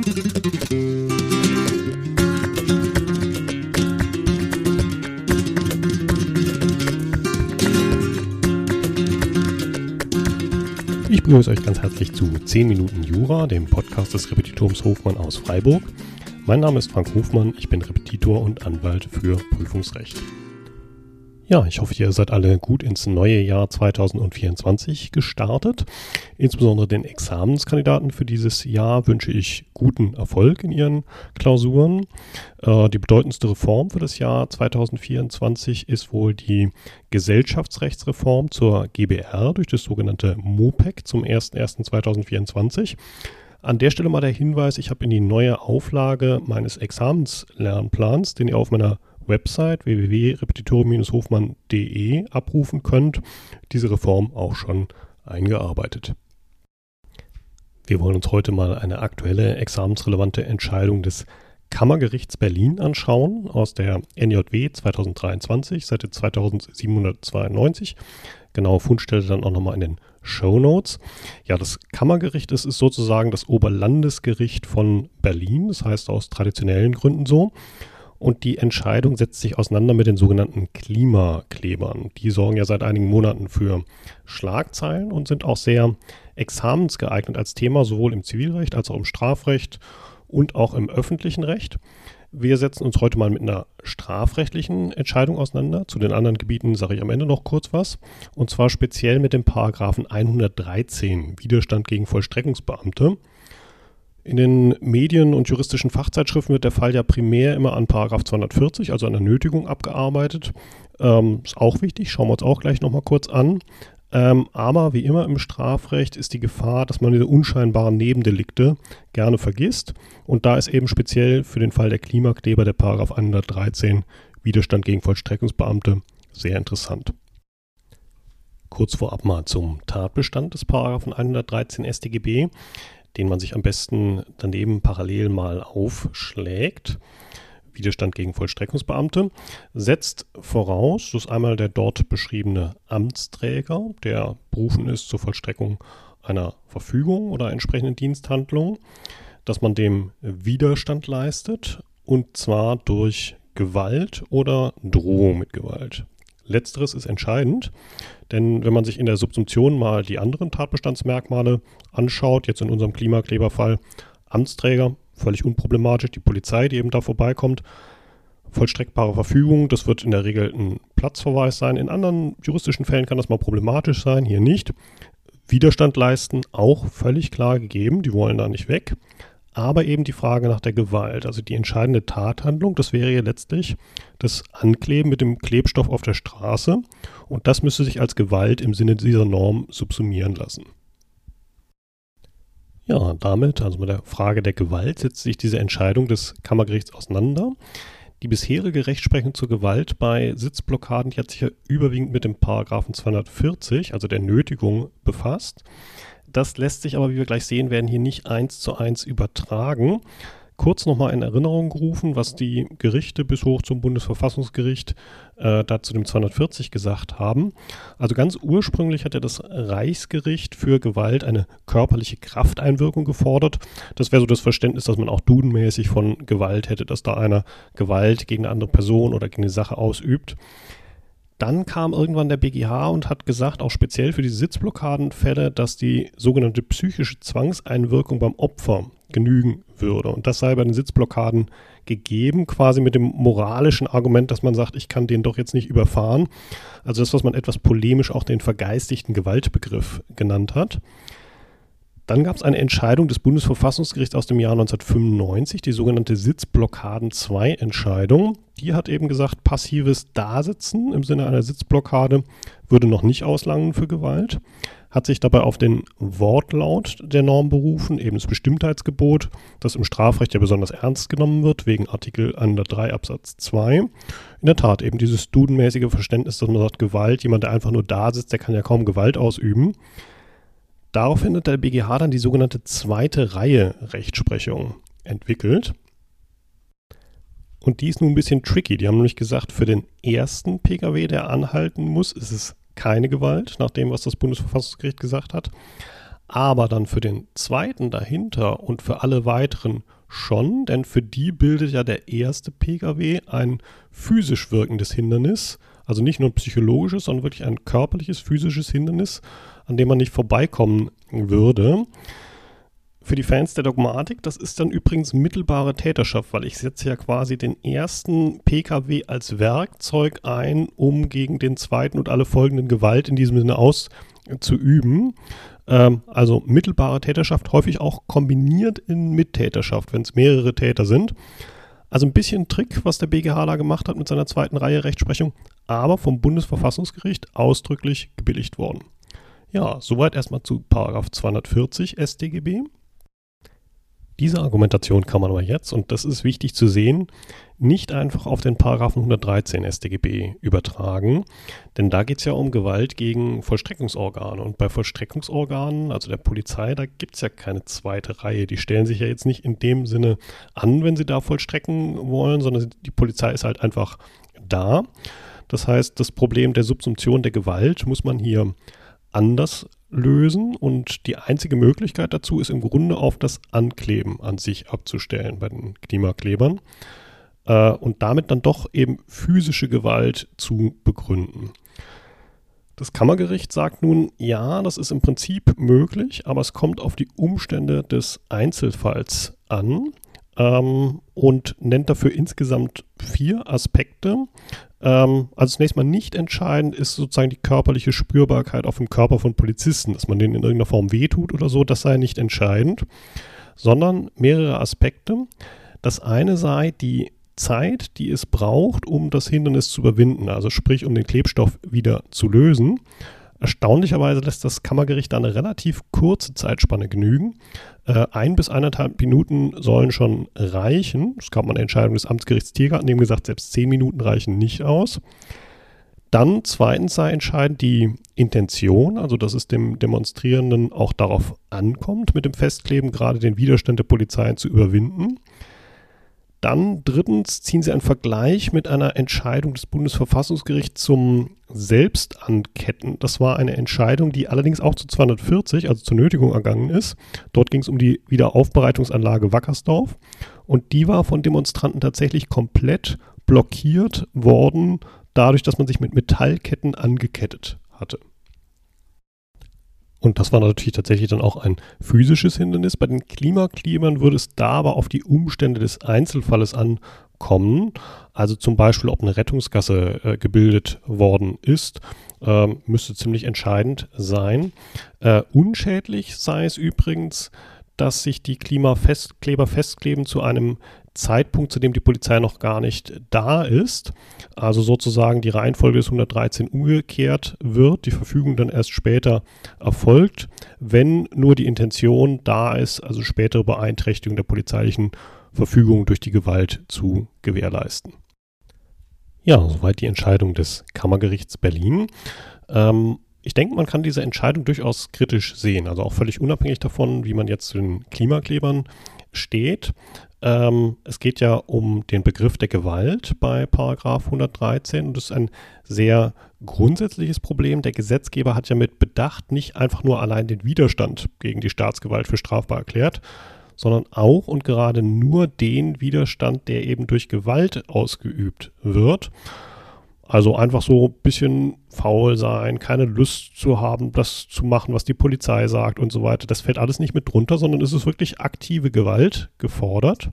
Ich begrüße euch ganz herzlich zu 10 Minuten Jura, dem Podcast des Repetitors Hofmann aus Freiburg. Mein Name ist Frank Hofmann, ich bin Repetitor und Anwalt für Prüfungsrecht. Ja, ich hoffe, ihr seid alle gut ins neue Jahr 2024 gestartet. Insbesondere den Examenskandidaten für dieses Jahr wünsche ich guten Erfolg in ihren Klausuren. Die bedeutendste Reform für das Jahr 2024 ist wohl die Gesellschaftsrechtsreform zur GBR durch das sogenannte MoPEC zum 01.01.2024. An der Stelle mal der Hinweis, ich habe in die neue Auflage meines Examenslernplans, den ihr auf meiner Website www.repetitor-hofmann.de abrufen könnt, diese Reform auch schon eingearbeitet. Wir wollen uns heute mal eine aktuelle examensrelevante Entscheidung des Kammergerichts Berlin anschauen aus der NJW 2023, Seite 2792. Genaue Fundstelle dann auch nochmal in den Shownotes. Ja, das Kammergericht ist sozusagen das Oberlandesgericht von Berlin, das heißt aus traditionellen Gründen so. Und die Entscheidung setzt sich auseinander mit den sogenannten Klimaklebern. Die sorgen ja seit einigen Monaten für Schlagzeilen und sind auch sehr examensgeeignet als Thema, sowohl im Zivilrecht als auch im Strafrecht und auch im öffentlichen Recht. Wir setzen uns heute mal mit einer strafrechtlichen Entscheidung auseinander. Zu den anderen Gebieten sage ich am Ende noch kurz was. Und zwar speziell mit dem Paragraphen 113, Widerstand gegen Vollstreckungsbeamte. In den Medien und juristischen Fachzeitschriften wird der Fall ja primär immer an Paragraph 240, also an der Nötigung, abgearbeitet. Ist auch wichtig, schauen wir uns auch gleich nochmal kurz an. Aber wie immer im Strafrecht ist die Gefahr, dass man diese unscheinbaren Nebendelikte gerne vergisst. Und da ist eben speziell für den Fall der Klimakleber der Paragraph 113, Widerstand gegen Vollstreckungsbeamte, sehr interessant. Kurz vorab mal zum Tatbestand des Paragraphen 113 StGB, den man sich am besten daneben parallel mal aufschlägt. Widerstand gegen Vollstreckungsbeamte setzt voraus, dass einmal der dort beschriebene Amtsträger, der berufen ist zur Vollstreckung einer Verfügung oder entsprechenden Diensthandlung, dass man dem Widerstand leistet, und zwar durch Gewalt oder Drohung mit Gewalt. Letzteres ist entscheidend, denn wenn man sich in der Subsumption mal die anderen Tatbestandsmerkmale anschaut, jetzt in unserem Klimakleberfall Amtsträger, völlig unproblematisch, die Polizei, die eben da vorbeikommt, vollstreckbare Verfügung, das wird in der Regel ein Platzverweis sein. In anderen juristischen Fällen kann das mal problematisch sein, hier nicht. Widerstand leisten, auch völlig klar gegeben, die wollen da nicht weg. Aber eben die Frage nach der Gewalt, also die entscheidende Tathandlung, das wäre ja letztlich das Ankleben mit dem Klebstoff auf der Straße, und das müsste sich als Gewalt im Sinne dieser Norm subsumieren lassen. Ja, damit, also mit der Frage der Gewalt, setzt sich diese Entscheidung des Kammergerichts auseinander. Die bisherige Rechtsprechung zur Gewalt bei Sitzblockaden, die hat sich ja überwiegend mit dem Paragraphen 240, also der Nötigung, befasst. Das lässt sich aber, wie wir gleich sehen werden, hier nicht 1:1 übertragen. Kurz nochmal in Erinnerung gerufen, was die Gerichte bis hoch zum Bundesverfassungsgericht da zu dem 240 gesagt haben. Also ganz ursprünglich hat ja das Reichsgericht für Gewalt eine körperliche Krafteinwirkung gefordert. Das wäre so das Verständnis, dass man auch dudenmäßig von Gewalt hätte, dass da einer Gewalt gegen eine andere Person oder gegen eine Sache ausübt. Dann kam irgendwann der BGH und hat gesagt, auch speziell für diese Sitzblockadenfälle, dass die sogenannte psychische Zwangseinwirkung beim Opfer genügen würde. Und das sei bei den Sitzblockaden gegeben, quasi mit dem moralischen Argument, dass man sagt, ich kann den doch jetzt nicht überfahren. Also das, was man etwas polemisch auch den vergeistigten Gewaltbegriff genannt hat. Dann gab es eine Entscheidung des Bundesverfassungsgerichts aus dem Jahr 1995, die sogenannte Sitzblockaden-2-Entscheidung. Die hat eben gesagt, passives Dasitzen im Sinne einer Sitzblockade würde noch nicht auslangen für Gewalt. Hat sich dabei auf den Wortlaut der Norm berufen, eben das Bestimmtheitsgebot, das im Strafrecht ja besonders ernst genommen wird, wegen Artikel 103 Absatz 2. In der Tat eben dieses dudenmäßige Verständnis, dass man sagt, Gewalt, jemand, der einfach nur da sitzt, der kann ja kaum Gewalt ausüben. Daraufhin hat der BGH dann die sogenannte zweite Reihe Rechtsprechung entwickelt. Und die ist nun ein bisschen tricky. Die haben nämlich gesagt, für den ersten Pkw, der anhalten muss, ist es keine Gewalt, nach dem, was das Bundesverfassungsgericht gesagt hat. aber dann für den zweiten dahinter und für alle weiteren schon, denn für die bildet ja der erste Pkw ein physisch wirkendes Hindernis, also nicht nur ein psychologisches, sondern wirklich ein körperliches, physisches Hindernis, an dem man nicht vorbeikommen würde. Für die Fans der Dogmatik, das ist dann übrigens mittelbare Täterschaft, weil ich setze ja quasi den ersten Pkw als Werkzeug ein, um gegen den zweiten und alle folgenden Gewalt in diesem Sinne auszuüben. Also mittelbare Täterschaft häufig auch kombiniert in Mittäterschaft, wenn es mehrere Täter sind. Also ein bisschen Trick, was der BGH da gemacht hat mit seiner zweiten Reihe Rechtsprechung, aber vom Bundesverfassungsgericht ausdrücklich gebilligt worden. Ja, soweit erstmal zu § 240 StGB. Diese Argumentation kann man aber jetzt, und das ist wichtig zu sehen, nicht einfach auf den § 113 StGB übertragen, denn da geht es ja um Gewalt gegen Vollstreckungsorgane. Und bei Vollstreckungsorganen, also der Polizei, da gibt es ja keine zweite Reihe. Die stellen sich ja jetzt nicht in dem Sinne an, wenn sie da vollstrecken wollen, sondern die Polizei ist halt einfach da. Das heißt, das Problem der Subsumption der Gewalt muss man hier anders lösen und die einzige Möglichkeit dazu ist im Grunde auf das Ankleben an sich abzustellen bei den Klimaklebern und damit dann doch eben physische Gewalt zu begründen. Das Kammergericht sagt nun, ja, das ist im Prinzip möglich, aber es kommt auf die Umstände des Einzelfalls an und nennt dafür insgesamt 4 Aspekte. Also zunächst mal nicht entscheidend ist sozusagen die körperliche Spürbarkeit auf dem Körper von Polizisten, dass man denen in irgendeiner Form wehtut oder so, das sei nicht entscheidend, sondern mehrere Aspekte. Das eine sei die Zeit, die es braucht, um das Hindernis zu überwinden, also sprich, um den Klebstoff wieder zu lösen. Erstaunlicherweise lässt das Kammergericht da eine relativ kurze Zeitspanne genügen. 1 bis 1,5 Minuten sollen schon reichen. Es gab mal eine Entscheidung des Amtsgerichts Tiergarten, dem gesagt, selbst 10 Minuten reichen nicht aus. Dann zweitens sei entscheidend die Intention, also dass es dem Demonstrierenden auch darauf ankommt, mit dem Festkleben gerade den Widerstand der Polizei zu überwinden. Dann drittens ziehen sie einen Vergleich mit einer Entscheidung des Bundesverfassungsgerichts zum Selbstanketten. Das war eine Entscheidung, die allerdings auch zu 240, also zur Nötigung ergangen ist. Dort ging es um die Wiederaufbereitungsanlage Wackersdorf und die war von Demonstranten tatsächlich komplett blockiert worden, dadurch, dass man sich mit Metallketten angekettet hatte. Und das war natürlich tatsächlich dann auch ein physisches Hindernis. Bei den Klimaklebern würde es da aber auf die Umstände des Einzelfalles ankommen. Also zum Beispiel, ob eine Rettungsgasse gebildet worden ist, müsste ziemlich entscheidend sein. Unschädlich sei es übrigens, dass sich die Klimakleber festkleben zu einem Zeitpunkt, zu dem die Polizei noch gar nicht da ist. Also sozusagen die Reihenfolge des 113 umgekehrt wird, die Verfügung dann erst später erfolgt, wenn nur die Intention da ist, also spätere Beeinträchtigung der polizeilichen Verfügung durch die Gewalt zu gewährleisten. Ja, soweit die Entscheidung des Kammergerichts Berlin. Ich denke, man kann diese Entscheidung durchaus kritisch sehen, also auch völlig unabhängig davon, wie man jetzt zu den Klimaklebern steht. Es geht ja um den Begriff der Gewalt bei § 113 und das ist ein sehr grundsätzliches Problem. Der Gesetzgeber hat ja mit Bedacht nicht einfach nur allein den Widerstand gegen die Staatsgewalt für strafbar erklärt, sondern auch und gerade nur den Widerstand, der eben durch Gewalt ausgeübt wird. Also einfach so ein bisschen faul sein, keine Lust zu haben, das zu machen, was die Polizei sagt und so weiter. Das fällt alles nicht mit drunter, sondern es ist wirklich aktive Gewalt gefordert.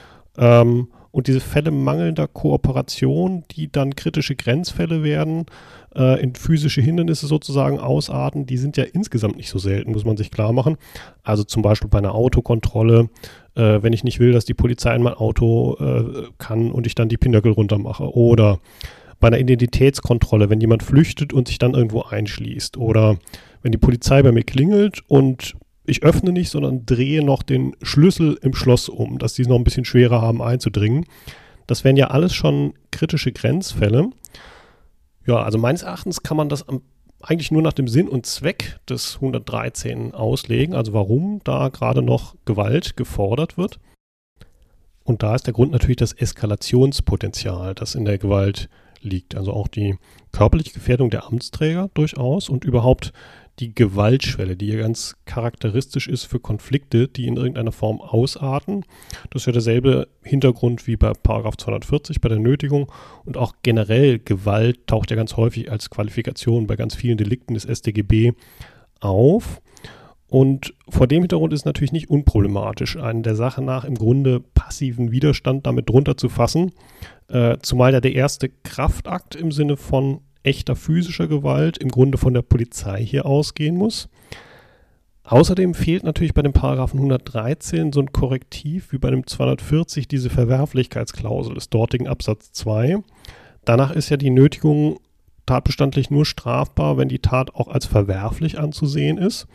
Und diese Fälle mangelnder Kooperation, die dann kritische Grenzfälle werden, in physische Hindernisse sozusagen ausarten, die sind ja insgesamt nicht so selten, muss man sich klar machen. Also zum Beispiel bei einer Autokontrolle, wenn ich nicht will, dass die Polizei in mein Auto kann und ich dann die Pinnacle runtermache. Oder bei einer Identitätskontrolle, wenn jemand flüchtet und sich dann irgendwo einschließt. Oder wenn die Polizei bei mir klingelt und ich öffne nicht, sondern drehe noch den Schlüssel im Schloss um, dass die es noch ein bisschen schwerer haben einzudringen. Das wären ja alles schon kritische Grenzfälle. Ja, also meines Erachtens kann man das eigentlich nur nach dem Sinn und Zweck des 113 auslegen, also warum da gerade noch Gewalt gefordert wird. Und da ist der Grund natürlich das Eskalationspotenzial, das in der Gewalt liegt. Also auch die körperliche Gefährdung der Amtsträger durchaus und überhaupt die Gewaltschwelle, die ja ganz charakteristisch ist für Konflikte, die in irgendeiner Form ausarten. Das ist ja derselbe Hintergrund wie bei § 240 bei der Nötigung, und auch generell Gewalt taucht ja ganz häufig als Qualifikation bei ganz vielen Delikten des StGB auf. Und vor dem Hintergrund ist es natürlich nicht unproblematisch, einen der Sache nach im Grunde passiven Widerstand damit drunter zu fassen, zumal ja der erste Kraftakt im Sinne von echter physischer Gewalt im Grunde von der Polizei hier ausgehen muss. Außerdem fehlt natürlich bei dem Paragraphen 113 so ein Korrektiv wie bei dem 240 diese Verwerflichkeitsklausel des dortigen Absatz 2. Danach ist ja die Nötigung tatbestandlich nur strafbar, wenn die Tat auch als verwerflich anzusehen ist,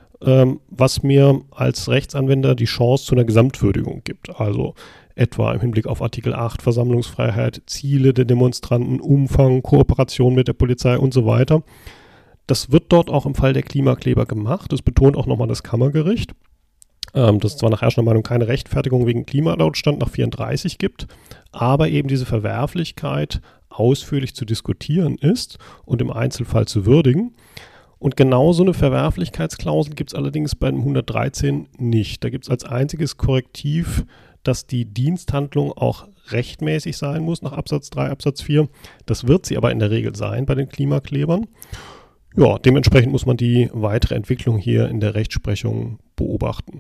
was mir als Rechtsanwender die Chance zu einer Gesamtwürdigung gibt. Also etwa im Hinblick auf Artikel 8 Versammlungsfreiheit, Ziele der Demonstranten, Umfang, Kooperation mit der Polizei und so weiter. Das wird dort auch im Fall der Klimakleber gemacht. Das betont auch nochmal das Kammergericht, dass es zwar nach herrschender Meinung keine Rechtfertigung wegen Klimanotstand nach 34 gibt, aber eben diese Verwerflichkeit ausführlich zu diskutieren ist und im Einzelfall zu würdigen. Und genau so eine Verwerflichkeitsklausel gibt es allerdings beim 113 nicht. Da gibt es als einziges Korrektiv, dass die Diensthandlung auch rechtmäßig sein muss nach Absatz 3, Absatz 4. Das wird sie aber in der Regel sein bei den Klimaklebern. Ja, dementsprechend muss man die weitere Entwicklung hier in der Rechtsprechung beobachten.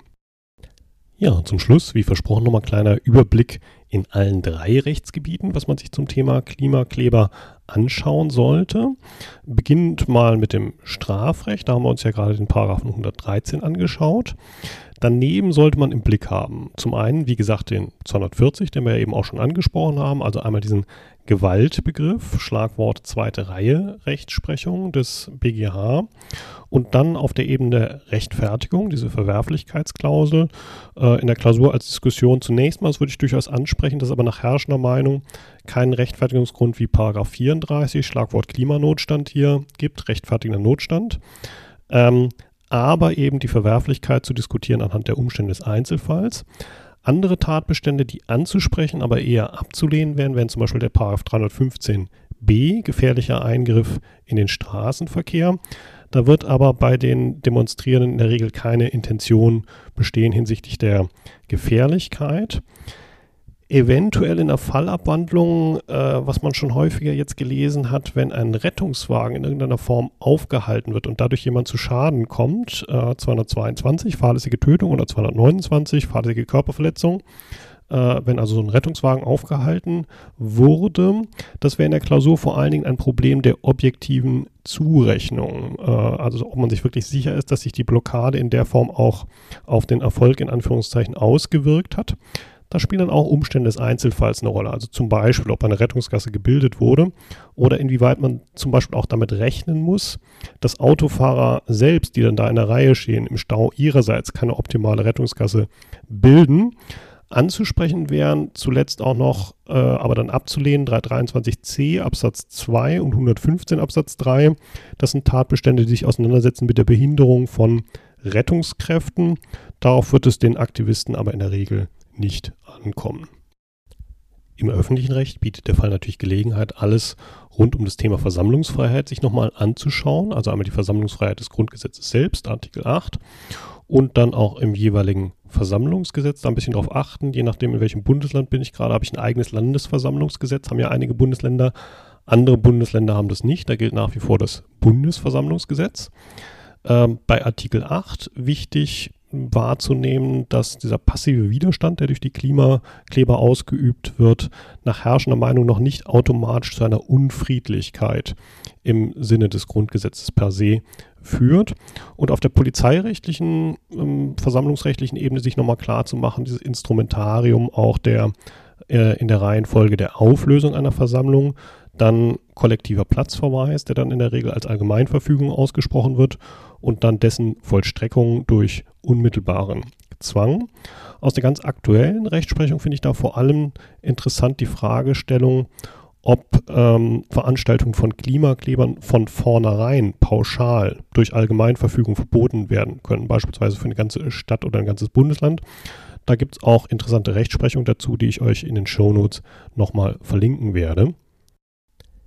Ja, zum Schluss, wie versprochen, nochmal ein kleiner Überblick in allen 3 Rechtsgebieten, was man sich zum Thema Klimakleber anschauen sollte. Beginnend mal mit dem Strafrecht, da haben wir uns ja gerade den Paragraphen 113 angeschaut. Daneben sollte man im Blick haben, zum einen, wie gesagt, den 240, den wir ja eben auch schon angesprochen haben, also einmal diesen Gewaltbegriff, Schlagwort zweite Reihe Rechtsprechung des BGH, und dann auf der Ebene der Rechtfertigung, diese Verwerflichkeitsklausel, in der Klausur als Diskussion zunächst mal, das würde ich durchaus ansprechen, das ist aber nach herrschender Meinung keinen Rechtfertigungsgrund wie Paragraph 34, Schlagwort Klimanotstand hier gibt, rechtfertigender Notstand, aber eben die Verwerflichkeit zu diskutieren anhand der Umstände des Einzelfalls. Andere Tatbestände, die anzusprechen, aber eher abzulehnen wären zum Beispiel der Paragraph 315b, gefährlicher Eingriff in den Straßenverkehr. Da wird aber bei den Demonstrierenden in der Regel keine Intention bestehen hinsichtlich der Gefährlichkeit. Eventuell in der Fallabwandlung, was man schon häufiger jetzt gelesen hat, wenn ein Rettungswagen in irgendeiner Form aufgehalten wird und dadurch jemand zu Schaden kommt, 222 fahrlässige Tötung oder 229 fahrlässige Körperverletzung, wenn also so ein Rettungswagen aufgehalten wurde, das wäre in der Klausur vor allen Dingen ein Problem der objektiven Zurechnung. Also ob man sich wirklich sicher ist, dass sich die Blockade in der Form auch auf den Erfolg in Anführungszeichen ausgewirkt hat. Da spielen dann auch Umstände des Einzelfalls eine Rolle. Also zum Beispiel, ob eine Rettungsgasse gebildet wurde oder inwieweit man zum Beispiel auch damit rechnen muss, dass Autofahrer selbst, die dann da in der Reihe stehen, im Stau ihrerseits keine optimale Rettungsgasse bilden. Anzusprechen wären zuletzt auch noch, aber dann abzulehnen, 323c Absatz 2 und 115 Absatz 3. Das sind Tatbestände, die sich auseinandersetzen mit der Behinderung von Rettungskräften. Darauf wird es den Aktivisten aber in der Regel nicht ankommen. Im öffentlichen Recht bietet der Fall natürlich Gelegenheit, alles rund um das Thema Versammlungsfreiheit sich nochmal anzuschauen. Also einmal die Versammlungsfreiheit des Grundgesetzes selbst, Artikel 8, und dann auch im jeweiligen Versammlungsgesetz da ein bisschen drauf achten. Je nachdem, in welchem Bundesland bin ich gerade, habe ich ein eigenes Landesversammlungsgesetz, haben ja einige Bundesländer. Andere Bundesländer haben das nicht. Da gilt nach wie vor das Bundesversammlungsgesetz. Bei Artikel 8 wichtig wahrzunehmen, dass dieser passive Widerstand, der durch die Klimakleber ausgeübt wird, nach herrschender Meinung noch nicht automatisch zu einer Unfriedlichkeit im Sinne des Grundgesetzes per se führt. Und auf der polizeirechtlichen, versammlungsrechtlichen Ebene sich nochmal klar zu machen, dieses Instrumentarium auch in der Reihenfolge der Auflösung einer Versammlung, dann kollektiver Platzverweis, der dann in der Regel als Allgemeinverfügung ausgesprochen wird, und dann dessen Vollstreckung durch unmittelbaren Zwang. Aus der ganz aktuellen Rechtsprechung finde ich da vor allem interessant die Fragestellung, ob Veranstaltungen von Klimaklebern von vornherein pauschal durch Allgemeinverfügung verboten werden können, beispielsweise für eine ganze Stadt oder ein ganzes Bundesland. Da gibt es auch interessante Rechtsprechung dazu, die ich euch in den Shownotes nochmal verlinken werde.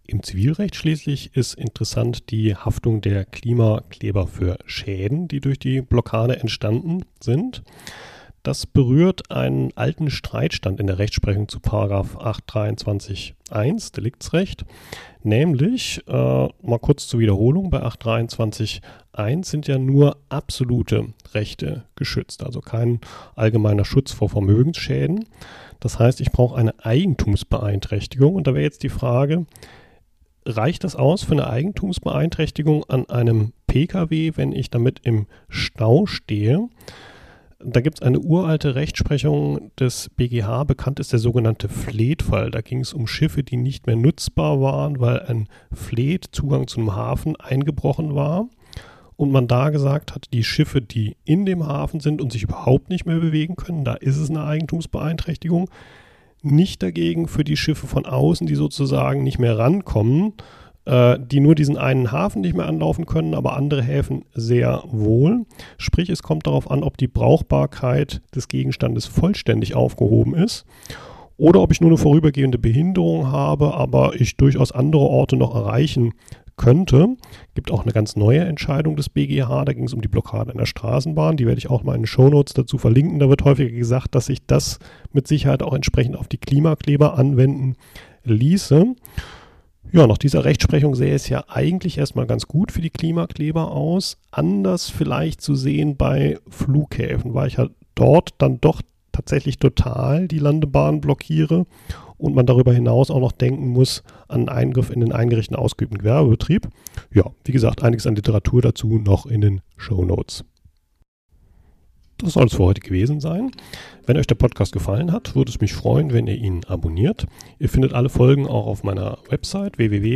Im Zivilrecht schließlich ist interessant die Haftung der Klimakleber für Schäden, die durch die Blockade entstanden sind. Das berührt einen alten Streitstand in der Rechtsprechung zu § 823.1 Deliktsrecht, nämlich, mal kurz zur Wiederholung, bei 823.1 sind ja nur absolute Rechte geschützt, also kein allgemeiner Schutz vor Vermögensschäden. Das heißt, ich brauche eine Eigentumsbeeinträchtigung und da wäre jetzt die Frage, reicht das aus für eine Eigentumsbeeinträchtigung an einem Pkw, wenn ich damit im Stau stehe? Da gibt es eine uralte Rechtsprechung des BGH, bekannt ist der sogenannte Fleet-Fall. Da ging es um Schiffe, die nicht mehr nutzbar waren, weil ein Fleet, Zugang zu einem Hafen, eingebrochen war. Und man da gesagt hat, die Schiffe, die in dem Hafen sind und sich überhaupt nicht mehr bewegen können, da ist es eine Eigentumsbeeinträchtigung. Nicht dagegen für die Schiffe von außen, die sozusagen nicht mehr rankommen, die nur diesen einen Hafen nicht mehr anlaufen können, aber andere Häfen sehr wohl. Sprich, es kommt darauf an, ob die Brauchbarkeit des Gegenstandes vollständig aufgehoben ist oder ob ich nur eine vorübergehende Behinderung habe, aber ich durchaus andere Orte noch erreichen könnte. Gibt auch eine ganz neue Entscheidung des BGH, da ging es um die Blockade einer Straßenbahn, die werde ich auch mal in den Shownotes dazu verlinken. Da wird häufiger gesagt, dass sich das mit Sicherheit auch entsprechend auf die Klimakleber anwenden ließe. Ja, nach dieser Rechtsprechung sähe es ja eigentlich erstmal ganz gut für die Klimakleber aus. Anders vielleicht zu sehen bei Flughäfen, weil ich halt dort dann doch tatsächlich total die Landebahn blockiere und man darüber hinaus auch noch denken muss an Eingriff in den eingerichteten ausgeübten Gewerbebetrieb. Ja, wie gesagt, einiges an Literatur dazu noch in den Shownotes. Das soll es für heute gewesen sein. Wenn euch der Podcast gefallen hat, würde es mich freuen, wenn ihr ihn abonniert. Ihr findet alle Folgen auch auf meiner Website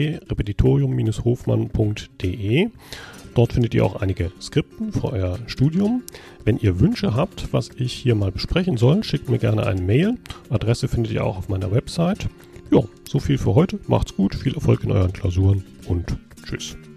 www.repetitorium-hofmann.de. Dort findet ihr auch einige Skripten für euer Studium. Wenn ihr Wünsche habt, was ich hier mal besprechen soll, schickt mir gerne eine Mail. Adresse findet ihr auch auf meiner Website. Ja, so viel für heute. Macht's gut, viel Erfolg in euren Klausuren und tschüss.